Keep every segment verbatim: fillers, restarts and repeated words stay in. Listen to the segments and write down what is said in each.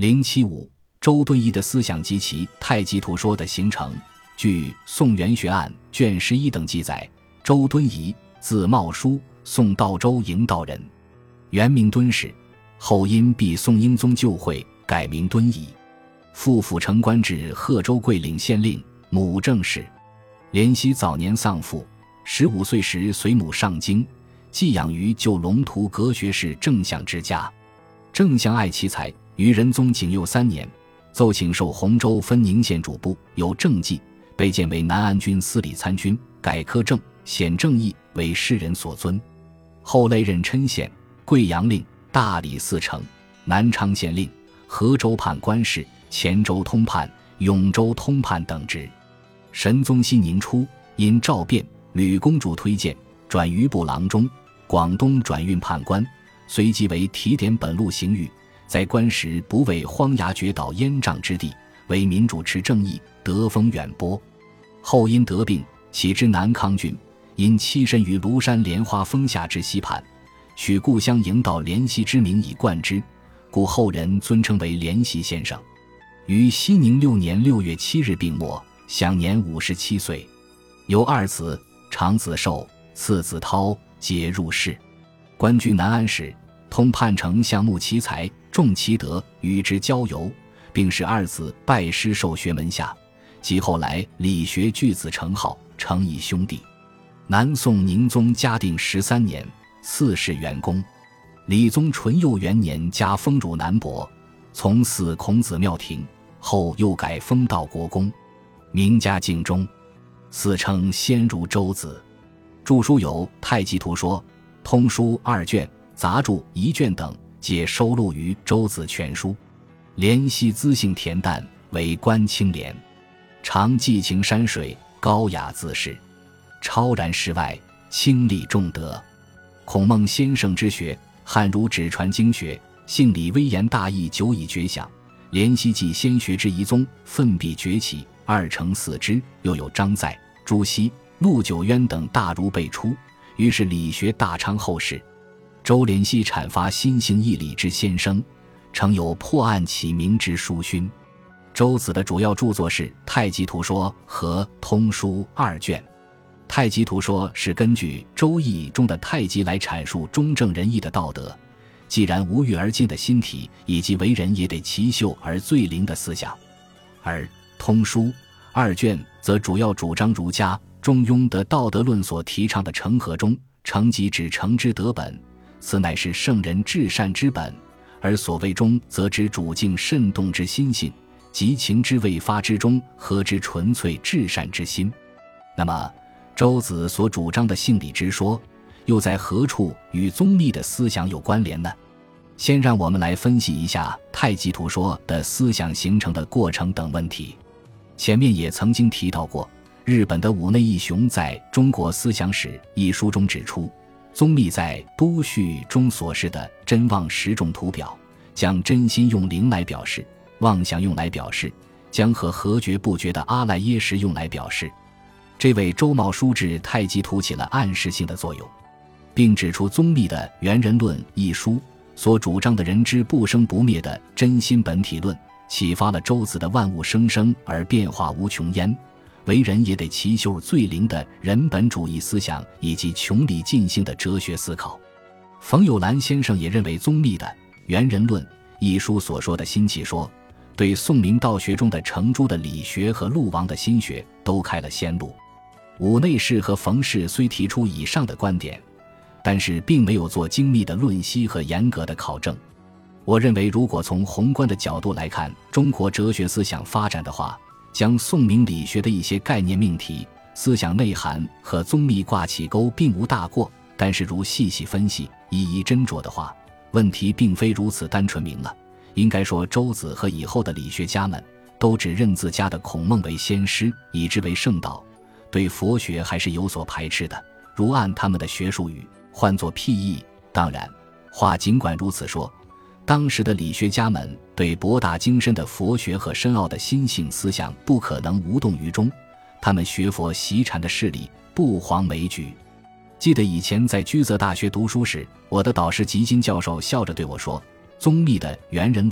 零七五周敦颐的思想及其太极图说的形成。据《宋元学案》卷十一等记载，周敦颐字茂叔，宋道周营道人，原名敦士，后因避宋英宗旧讳，改名敦颐。父府城官至贺州桂岭县令，母郑氏。怜惜早年丧父，十五岁时随母上京，寄养于旧龙图阁学士郑相之家。郑相爱其才，于仁宗景佑三年，奏请授洪州分宁县主簿，有政绩，被荐为南安军司礼参军，改科正，显正义，为世人所尊。后累任郴县、贵阳令、大理寺丞、南昌县令、河州判官事、黔州通判、永州通判等职。神宗熙宁初，因赵卞、吕公主推荐，转余部郎中，广东转运判官，随即为提点本路刑狱，在官时不畏荒崖绝岛烟瘴之地，为民主持正义，德风远播。后因得病，起之南康郡，因栖身于庐山莲花峰下之西畔，取故乡营道怜惜之名以冠之，故后人尊称为怜惜先生。于熙宁六年六月七日病没，享年五十七岁。有二子，长子寿，次子涛，皆入仕。官居南安时，通判丞相慕其才，重其德，与之交游，并使二子拜师授学门下。及后来理学巨子成好，成以兄弟。南宋宁宗嘉定十三年，赐仕元公。理宗淳佑元年加封汝南伯，从祀孔子庙庭，后又改封道国公，名家敬忠，自称先儒周子。著书有《太极图说》《通书》二卷、杂著一卷等，皆收录于《周子全书》。怜惜资性恬淡，为官清廉，常寄情山水，高雅自适，超然世外，清丽重德。孔孟先生之学，汉儒只传经学，性理微言大义久已绝响。怜惜继先学之遗宗，奋笔崛起，二成四之，又有张载、朱熹、陆九渊等大儒辈出，于是理学大昌后世。周怜惜阐发心性义理之先声，曾有破案启明之书勋。周子的主要著作是《太极图说》和《通书》二卷。《太极图说》是根据《周易》中的太极来阐述中正仁义的道德，既然无欲而进的心体，以及为人也得其秀而最灵的思想。而《通书》二卷则主要主张儒家、中庸的道德论所提倡的成和中，成即指成之德本，此乃是圣人至善之本，而所谓中则指主静慎动之心性，即情之未发之中和之纯粹至善之心。那么周子所主张的性理之说，又在何处与宗密的思想有关联呢？先让我们来分析一下太极图说的思想形成的过程等问题。前面也曾经提到过，日本的武内义雄在《中国思想史》一书中指出，宗密在《都序》中所示的真妄十种图表，将真心用灵来表示，妄想用来表示，将和合觉不觉的阿赖耶识用来表示。这为周茂书制太极图起了暗示性的作用，并指出宗密的《元人论》一书所主张的人之不生不灭的真心本体论，启发了周子的万物生生而变化无穷焉，为人也得其修最灵的人本主义思想以及穷理尽性的哲学思考。冯友兰先生也认为宗密的《元人论》一书所说的心气说，对宋明道学中的程朱的理学和陆王的心学都开了先路。武内氏和冯氏虽提出以上的观点，但是并没有做精密的论析和严格的考证。我认为如果从宏观的角度来看中国哲学思想发展的话，将宋明理学的一些概念命题、思想内涵和宗密挂起钩并无大过，但是如细细分析、一一斟酌的话，问题并非如此单纯明了。应该说周子和以后的理学家们都只认自家的孔孟为先师，以之为圣道，对佛学还是有所排斥的，如按他们的学术语换作屁意。当然话尽管如此说，当时的理学家们对博大精深的佛学和深奥的心性思想不可能无动于衷，他们学佛习禅的事例不遑枚举。记得以前在居泽大学读书时，我的导师吉金教授笑着对我说，宗密的《元人论》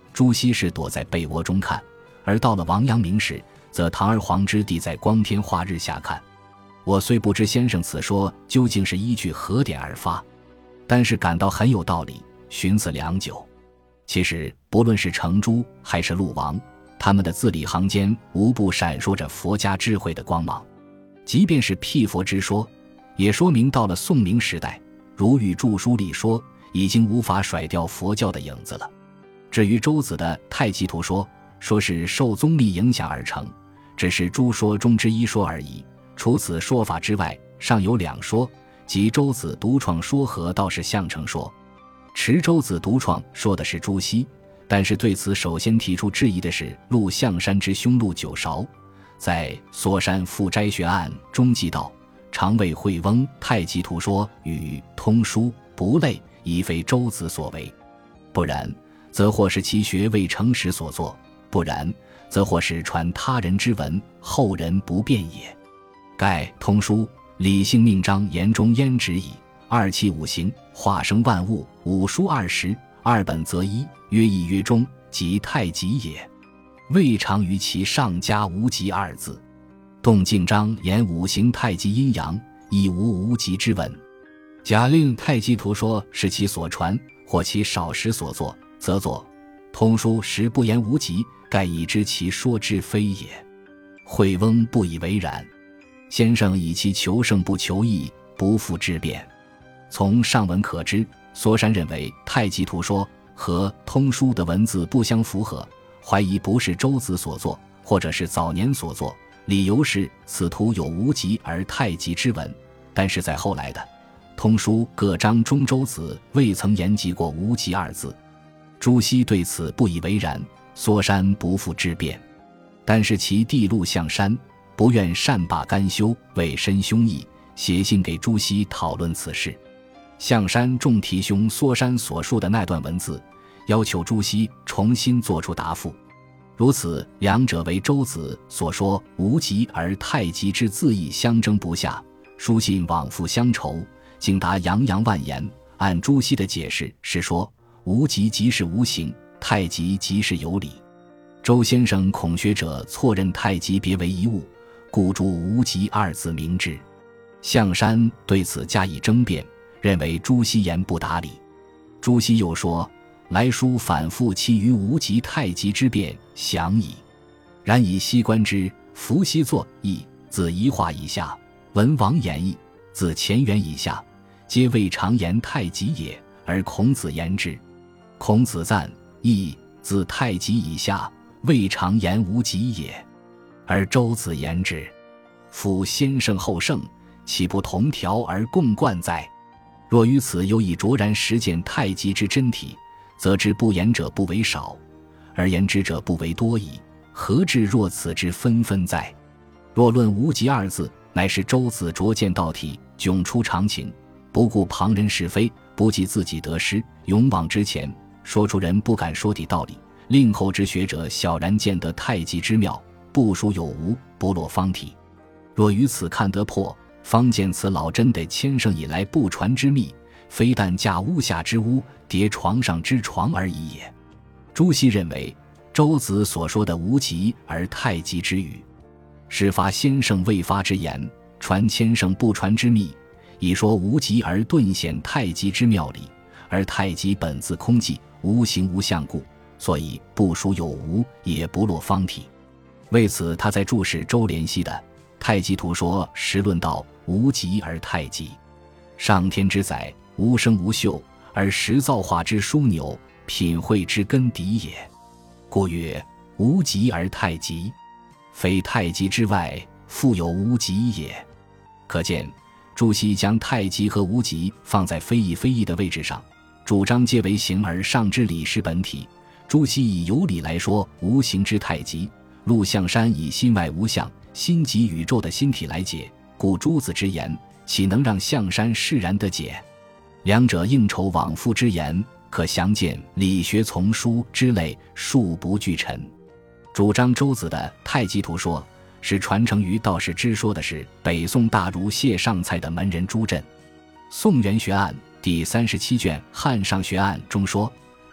朱熹是躲在被窝中看，而到了王阳明时，则堂而皇之地在光天化日下看。我虽不知先生此说究竟是依据何典而发，但是感到很有道理，寻思良久。其实不论是程朱还是陆王，他们的字里行间无不闪烁着佛家智慧的光芒。即便是辟佛之说，也说明到了宋明时代，如与著书里说，已经无法甩掉佛教的影子了。至于周子的太极图说，说是受宗密影响而成，只是诸说中之一说而已。除此说法之外，尚有两说，即周子独创说和道士相承说。持周子独创说的是朱熹，但是对此首先提出质疑的是陆象山之兄陆九韶，在《梭山赋斋学案》中记道，常谓惠翁太极图说与通书不类，已非周子所为。不然，则或是其学未成时所作；不然，则或是传他人之文，后人不辨也。盖通书理性命章言中焉止矣，二气五行化生万物，五书二十，二本则一，曰一曰中，即太极也。未尝于其上加无极二字。动静章言五行太极阴阳，亦无无极之文。假令太极图说是其所传，或其少时所作，则作通书实不言无极，盖已知其说之非也。惠翁不以为然。先生以其求胜不求异，不复之辩。从上文可知，梭山认为太极图说和通书的文字不相符合，怀疑不是周子所作，或者是早年所作，理由是此图有无极而太极之文，但是在后来的通书各章中，周子未曾言及过无极二字。朱熹对此不以为然，梭山不复之辩。但是其弟陆象山不愿善罢甘休，为申兄义，写信给朱熹讨论此事。象山重提兄梭山所述的那段文字，要求朱熹重新作出答复。如此两者为周子所说无极而太极之字义相争不下，书信往复相酬，竟达洋洋万言。按朱熹的解释是说，无极即是无形，太极即是有理。周先生恐学者错认太极别为一物，故注无极二字明之。象山对此加以争辩，认为朱熹言不达理。朱熹又说，来书反复其于无极太极之辩详矣。然以西观之，伏羲作义，自一画以下，文王演义，自乾元以下，皆未常言太极也，而孔子言之。孔子赞义，自太极以下，未常言无极也，而周子言之。夫先圣后圣，岂不同调而共贯哉？若于此又以卓然实践太极之真体，则知不言者不为少，而言之者不为多矣，何至若此之纷纷哉？若论无极二字，乃是周子拙见道体，迥出常情，不顾旁人是非，不计自己得失，勇往直前，说出人不敢说的道理，令后之学者小然见得太极之妙，不属有无，不落方体。若于此看得破，方见此老真的千圣以来不传之秘，非但架屋下之屋，叠床上之床而已也。朱熹认为周子所说的无极而太极之语，是发先圣未发之言，传千圣不传之秘，以说无极而顿显太极之妙理，而太极本自空寂，无形无相故，所以不属有无，也不落方体。为此他在注释周濂溪的《太极图说》时论道无极而太极，上天之载，无声无秀，而实造化之枢纽，品慧之根底也。故曰无极而太极，非太极之外，复有无极也。可见朱熹将太极和无极放在非义非义的位置上，主张皆为形而上之理是本体。朱熹以有理来说无形之太极，陆象山以心外无相，心即宇宙的心体来解，故朱子之言岂能让象山释然得解？两者应酬往复之言，可详见理学丛书之类，数不俱陈。主张周子的《太极图说》是传承于道士之说的是北宋大儒谢尚蔡的门人朱震。《宋元学案》第三十七卷《汉上学案》中说，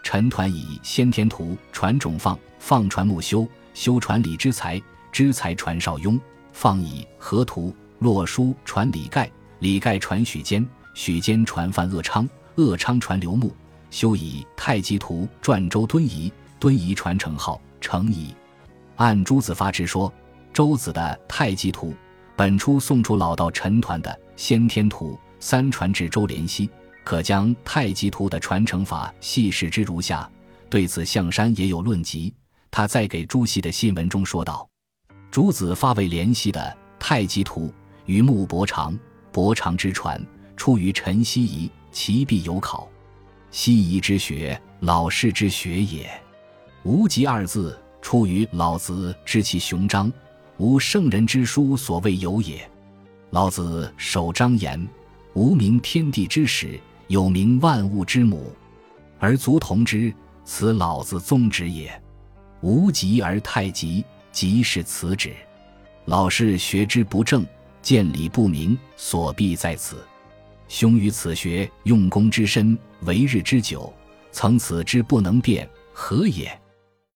陈抟以先天图传种放，放传穆修，修传李之才，之才传邵雍，放以河图洛书传李盖，李盖传许坚，许坚传范鄂昌，鄂昌传刘穆，修以太极图传周敦颐，敦颐传程颢，程颐。按诸子发之说，周子的太极图本出宋初老道陈抟的先天图，三传至周濂溪，可将太极图的传承法细视之如下。对此象山也有论及，他在给朱熹的信文中说道：诸子发为濂溪的太极图，于穆伯常，伯常之传，出于陈希夷，其必有考。希夷之学，老氏之学也。无极二字，出于老子知其雄章，无圣人之书所谓有也。老子首章言，无名天地之始，有名万物之母，而足同之，此老子宗旨也。无极而太极，极是此旨。老氏学之不正，见理不明，所必在此。兄于此学用功之深，为日之久，曾此之不能变，何也？